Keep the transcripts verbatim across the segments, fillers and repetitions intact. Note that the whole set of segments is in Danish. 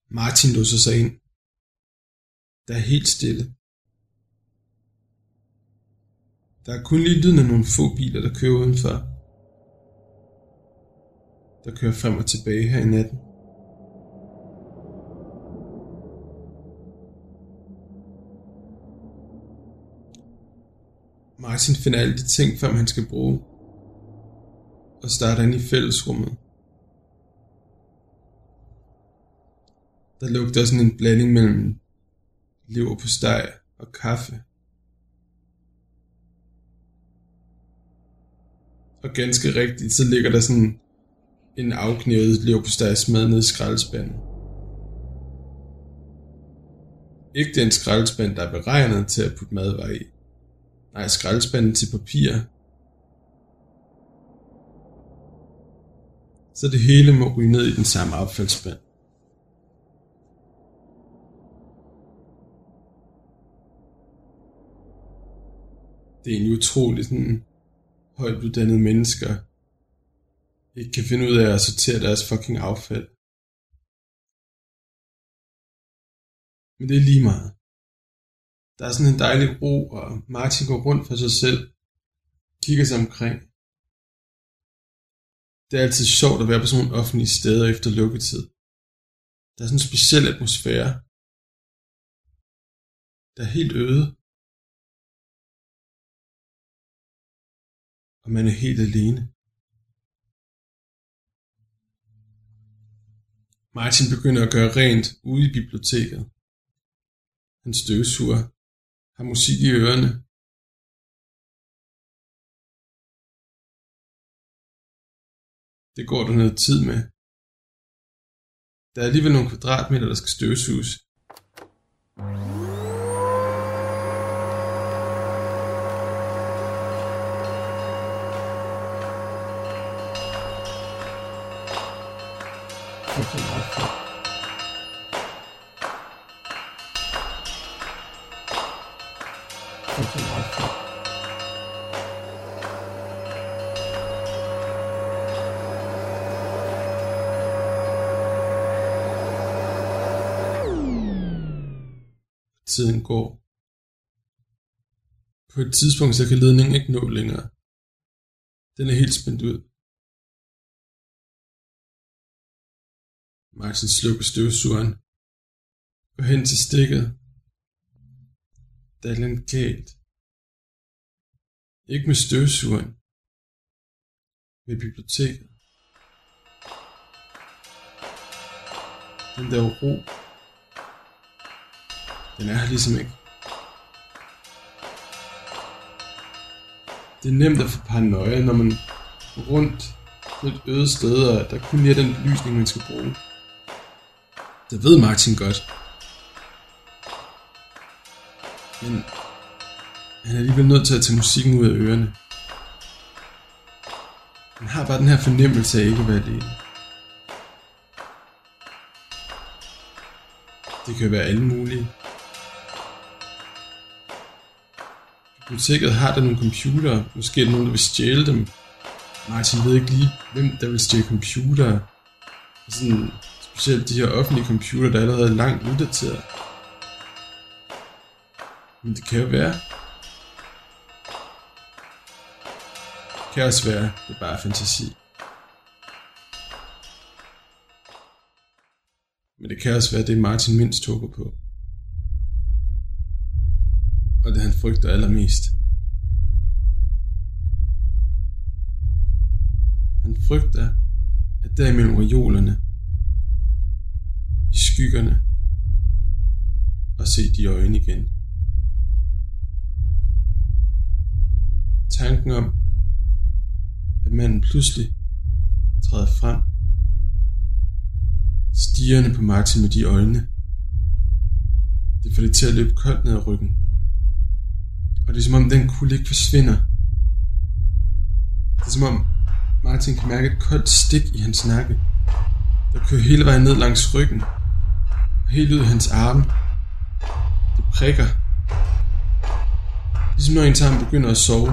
Martin låser sig ind. Der er helt stille. Der er kun lige lyden af nogle få biler, der kører udenfor. Der kører frem og tilbage her i natten. Martin finder alle de ting frem, han skal bruge, og starter ind i fællesrummet. Der lugter sådan en blanding mellem leverpostej og kaffe. Og ganske rigtigt, så ligger der sådan en afknævet leverpostejsmad nede i skraldespanden. Ikke den skraldespand, der er beregnet til at putte madvarer i. Nej, skraldespanden til papir. Så det hele må ryge ned i den samme affaldsspand. Det er egentlig utroligt, sådan højt uddannede mennesker ikke kan finde ud af at sortere deres fucking affald. Men det er lige meget. Der er sådan en dejlig ro, og Martin går rundt for sig selv, kigger sig omkring. Det er altid sjovt at være på sådan nogle offentlige steder efter lukketid. Der er sådan en speciel atmosfære. Der er helt øde. Og man er helt alene. Martin begynder at gøre rent ude i biblioteket. Han støvsuger, har musik i ørerne. Det går der noget tid med. Der er alligevel nogle kvadratmeter, der skal støvsuges. Tiden går. På et tidspunkt så kan ledningen ikke nå længere. Den er helt spændt ud. Martin slukker støvsugeren, går hen til stikket. Der er lidt galt. Ikke med støvsugeren, med biblioteket. Den der ro, den er her ligesom ikke. Det er nemt at få paranoia, når man går rundt på et øde sted, og der kun er den belysning, man skal bruge. Det ved Martin godt. Men han er alligevel nødt til at tage musikken ud af ørerne. Han har bare den her fornemmelse af ikke at være alene. Det kan være alle mulige. Biblioteket har der nogle computere. Måske er der nogen, der vil stjæle dem. Martin ved ikke lige, hvem der vil stjæle computere. Sådan, specielt de her offentlige computere, der allerede er langt uddateret. Men det kan jo være. Det kan også være, det er bare fantasi. Men det kan også være, det Martin mindst håber på. Og det han frygter allermest. Han frygter, at der imellem reolerne, i skyggerne, og se de øjne igen. Tanken om, at manden pludselig træder frem, stirrende på Martin med de øjne. Det får det til at løbe koldt ned ad ryggen. Og det er som om den kulde ikke forsvinder. Det er som om Martin kan mærke et koldt stik i hans nakke, der kører hele vejen ned langs ryggen, og helt ud af hans arme. Det prikker. Ligesom når ens arm begynder at sove.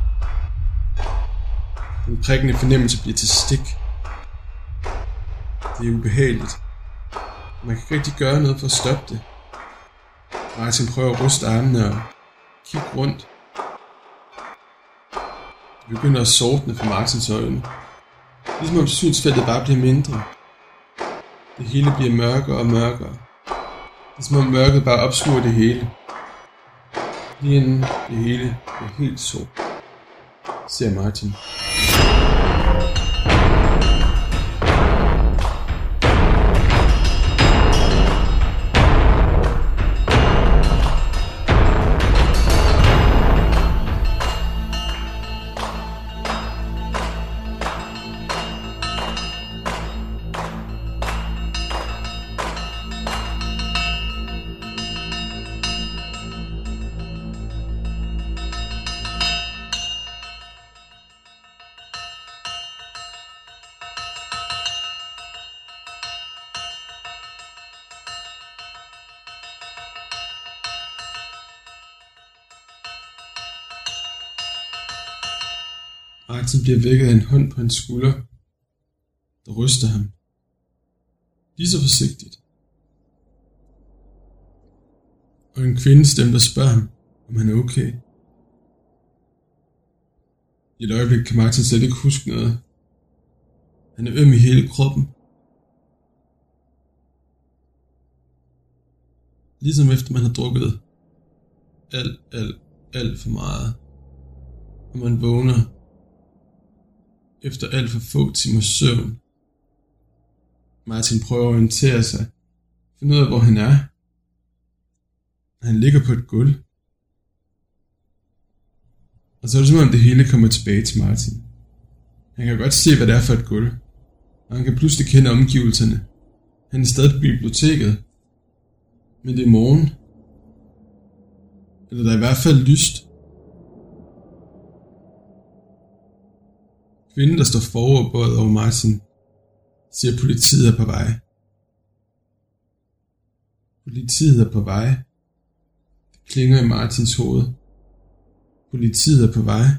Den prikkende fornemmelse bliver til stik. Det er ubehageligt. Man kan ikke rigtig gøre noget for at stoppe det. Martin prøver at ryste armene og kigge rundt. Det begynder at sortne for Martins øjne. Ligesom om synsfeltet bare bliver mindre. Det hele bliver mørkere og mørkere. Det er som om mørket bare opsluger det hele. Lige inden det hele bliver helt sort, ser Martin. Martin bliver vækket af en hånd på hans skulder, der ryster ham. Lige så forsigtigt. Og en kvindestemme, der spørger ham, om han er okay. I et øjeblik kan Martin slet ikke huske noget. Han er øm i hele kroppen. Ligesom efter man har drukket alt, alt, alt for meget. Og man vågner efter alt for få timers søvn. Martin prøver at orientere sig. Finde ud af, hvor han er. Han ligger på et gulv. Og så er det som om det hele kommer tilbage til Martin. Han kan godt se, hvad det er for et gulv. Og han kan pludselig kende omgivelserne. Han er stadig på biblioteket. Men det er morgen. Eller der er i hvert fald lyst. Kvinden, der står foroverbøjet over Martin, siger, at politiet er på vej. Politiet er på vej. Det klinger i Martins hoved. Politiet er på vej.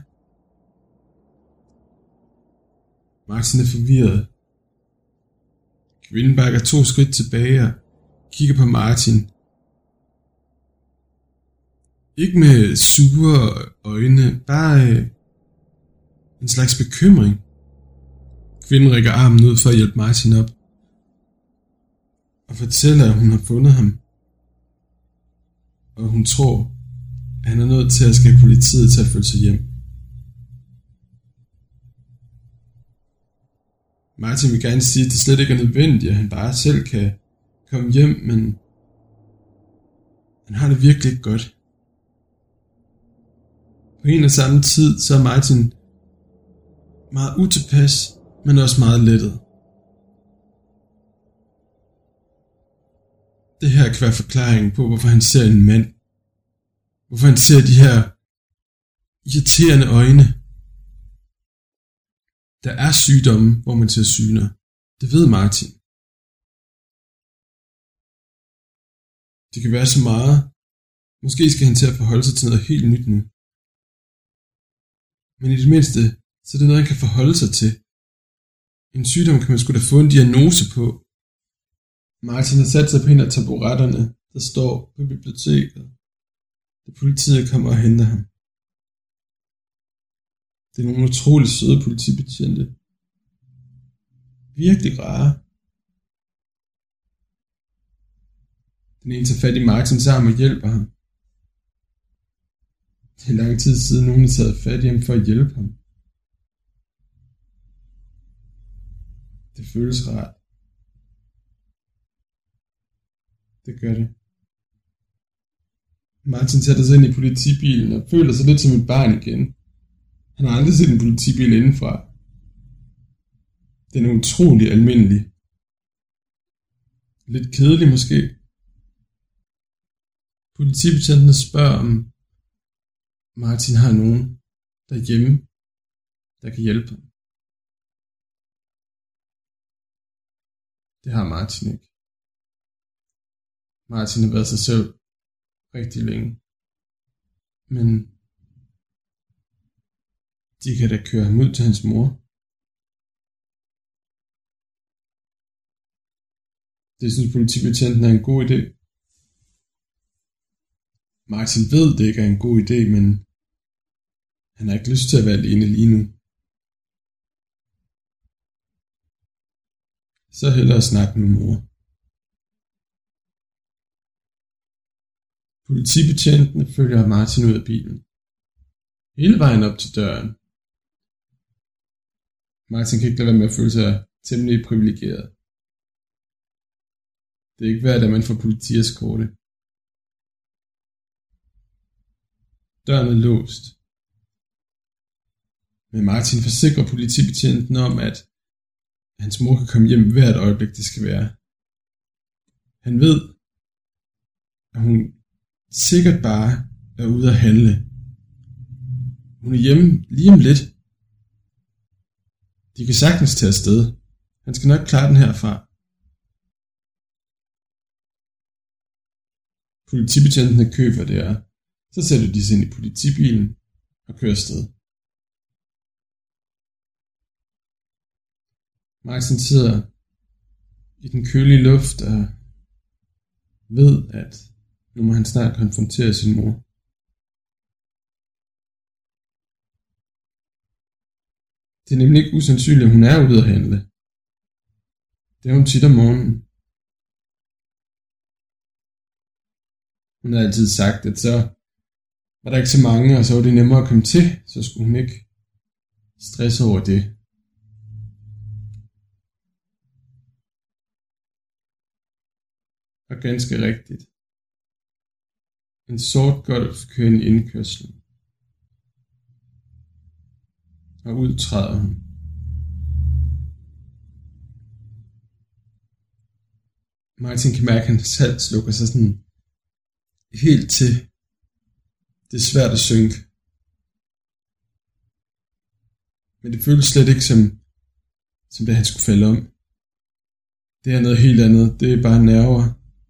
Martin er forvirret. Kvinden bakker to skridt tilbage og kigger på Martin. Ikke med sure øjne, bare en slags bekymring. Kvinden rækker armen ud for at hjælpe Martin op. Og fortæller, at hun har fundet ham. Og hun tror, at han er nødt til at skabe politiet til at følge sig hjem. Martin vil gerne sige, at det slet ikke er nødvendigt, at han bare selv kan komme hjem, men han har det virkelig ikke godt. På en og samme tid, så er Martin meget utilpas, men også meget lettet. Det her kan være forklaringen på, hvorfor han ser en mand. Hvorfor han ser de her irriterende øjne. Der er sygdomme, hvor man ser syner. Det ved Martin. Det kan være så meget. Måske skal han til at forholde sig til noget helt nyt nu. Men i det mindste, så er det noget, han kan forholde sig til. En sygdom kan man sgu da få en diagnose på. Martin har sat sig på en af taburetterne, der står på biblioteket, da politiet kommer og henter ham. Det er nogle utrolig søde politibetjente. Virkelig rare. Den ene tager fat i Martins arm og hjælper ham. Det er lang tid siden, nogen har taget fat i ham for at hjælpe ham. Det føles rart. Det gør det. Martin sætter sig ind i politibilen og føler sig lidt som et barn igen. Han har aldrig set en politibil indenfra. Den er utrolig almindelig. Lidt kedelig måske. Politibetjentene spørger, om Martin har nogen derhjemme, der kan hjælpe ham. Det har Martin ikke. Martin har været sig selv rigtig længe. Men de kan da køre ham ud til hans mor. Det synes politibetjenten er en god idé. Martin ved, det ikke er en god idé, men han har ikke lyst til at være alene lige nu. Så hellere snakke med mor. Politibetjentene følger Martin ud af bilen. Hele vejen op til døren. Martin kan ikke lade være med at føle sig temmelig privilegeret. Det er ikke hver dag, man får politieskorte. Døren er låst. Men Martin forsikrer politibetjenten om, at hans mor kan komme hjem hvert øjeblik, det skal være. Han ved, at hun sikkert bare er ude at handle. Hun er hjemme lige om lidt. De kan sagtens tage afsted. Han skal nok klare den herfra. Politibetjentene køber det her. Så sætter de sig ind i politibilen og kører afsted. Martin sidder i den kølige luft og ved, at nu må han snart konfrontere sin mor. Det er nemlig ikke usandsynligt, at hun er ude at handle. Det er hun tit om morgenen. Hun har altid sagt, at så var der ikke så mange, og så var det nemmere at komme til, så skulle hun ikke stresse over det. Og ganske rigtigt. En sort Golf kører ind i indkørslen. Og ud træder hun. Martin kan mærke, at hans hals lukker sig sådan helt til. Det er svært at synke. Men det føles slet ikke som, som det han skulle falde om. Det er noget helt andet. Det er bare nerver.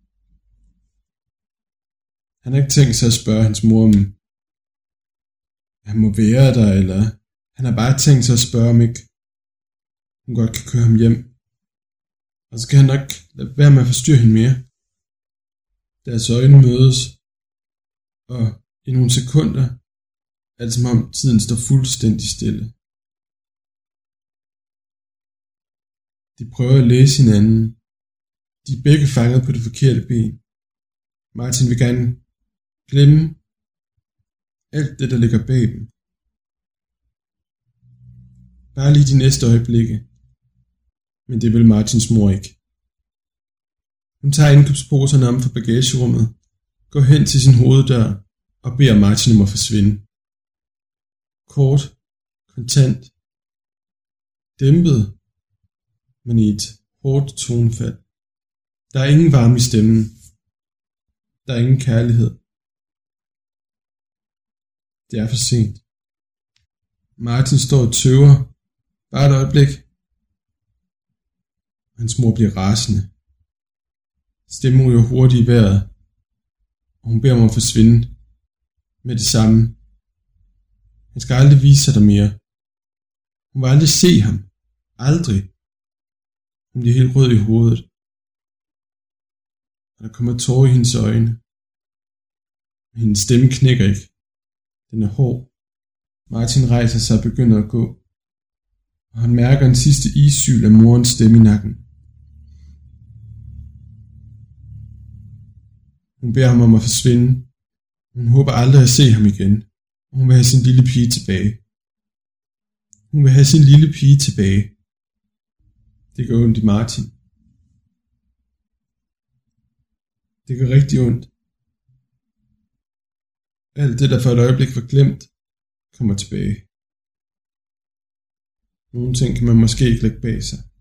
Han har ikke tænkt sig at spørge hans mor, om han må være der, eller han har bare tænkt sig at spørge, om ikke hun godt kan køre ham hjem. Og så kan han nok lade være med at forstyrre hende mere. Deres øjne mødes, og i nogle sekunder er det som om tiden står fuldstændig stille. De prøver at læse hinanden. De er begge fanget på det forkerte ben. Martin vil gerne glemme alt det, der ligger bag dem. Bare lige de næste øjeblikke. Men det vil Martins mor ikke. Hun tager indkøbsposerne om fra bagagerummet, går hen til sin hoveddør og beder Martin om at forsvinde. Kort, kontant, dæmpet, men i et hårdt tonefald. Der er ingen varme i stemmen. Der er ingen kærlighed. Det er for sent. Martin står og tøver. Bare et øjeblik. Hans mor bliver rasende. Stemmen ryger hurtigt i vejret, og hun beder ham at forsvinde med det samme. Han skal aldrig vise sig der mere. Hun vil aldrig se ham. Aldrig. Hun bliver helt rød i hovedet, og der kommer tårer i hendes øjne. Hendes stemme knækker ikke. Den er hård. Martin rejser sig og begynder at gå, og han mærker en sidste issyl af morens stemme i nakken. Hun beder ham om at forsvinde. Hun håber aldrig at se ham igen, og hun vil have sin lille pige tilbage. Hun vil have sin lille pige tilbage. Det gør ondt i Martin. Det gør rigtig ondt. Alt det, der for et øjeblik var glemt, kommer tilbage. Nogle ting kan man måske ikke lægge bag sig.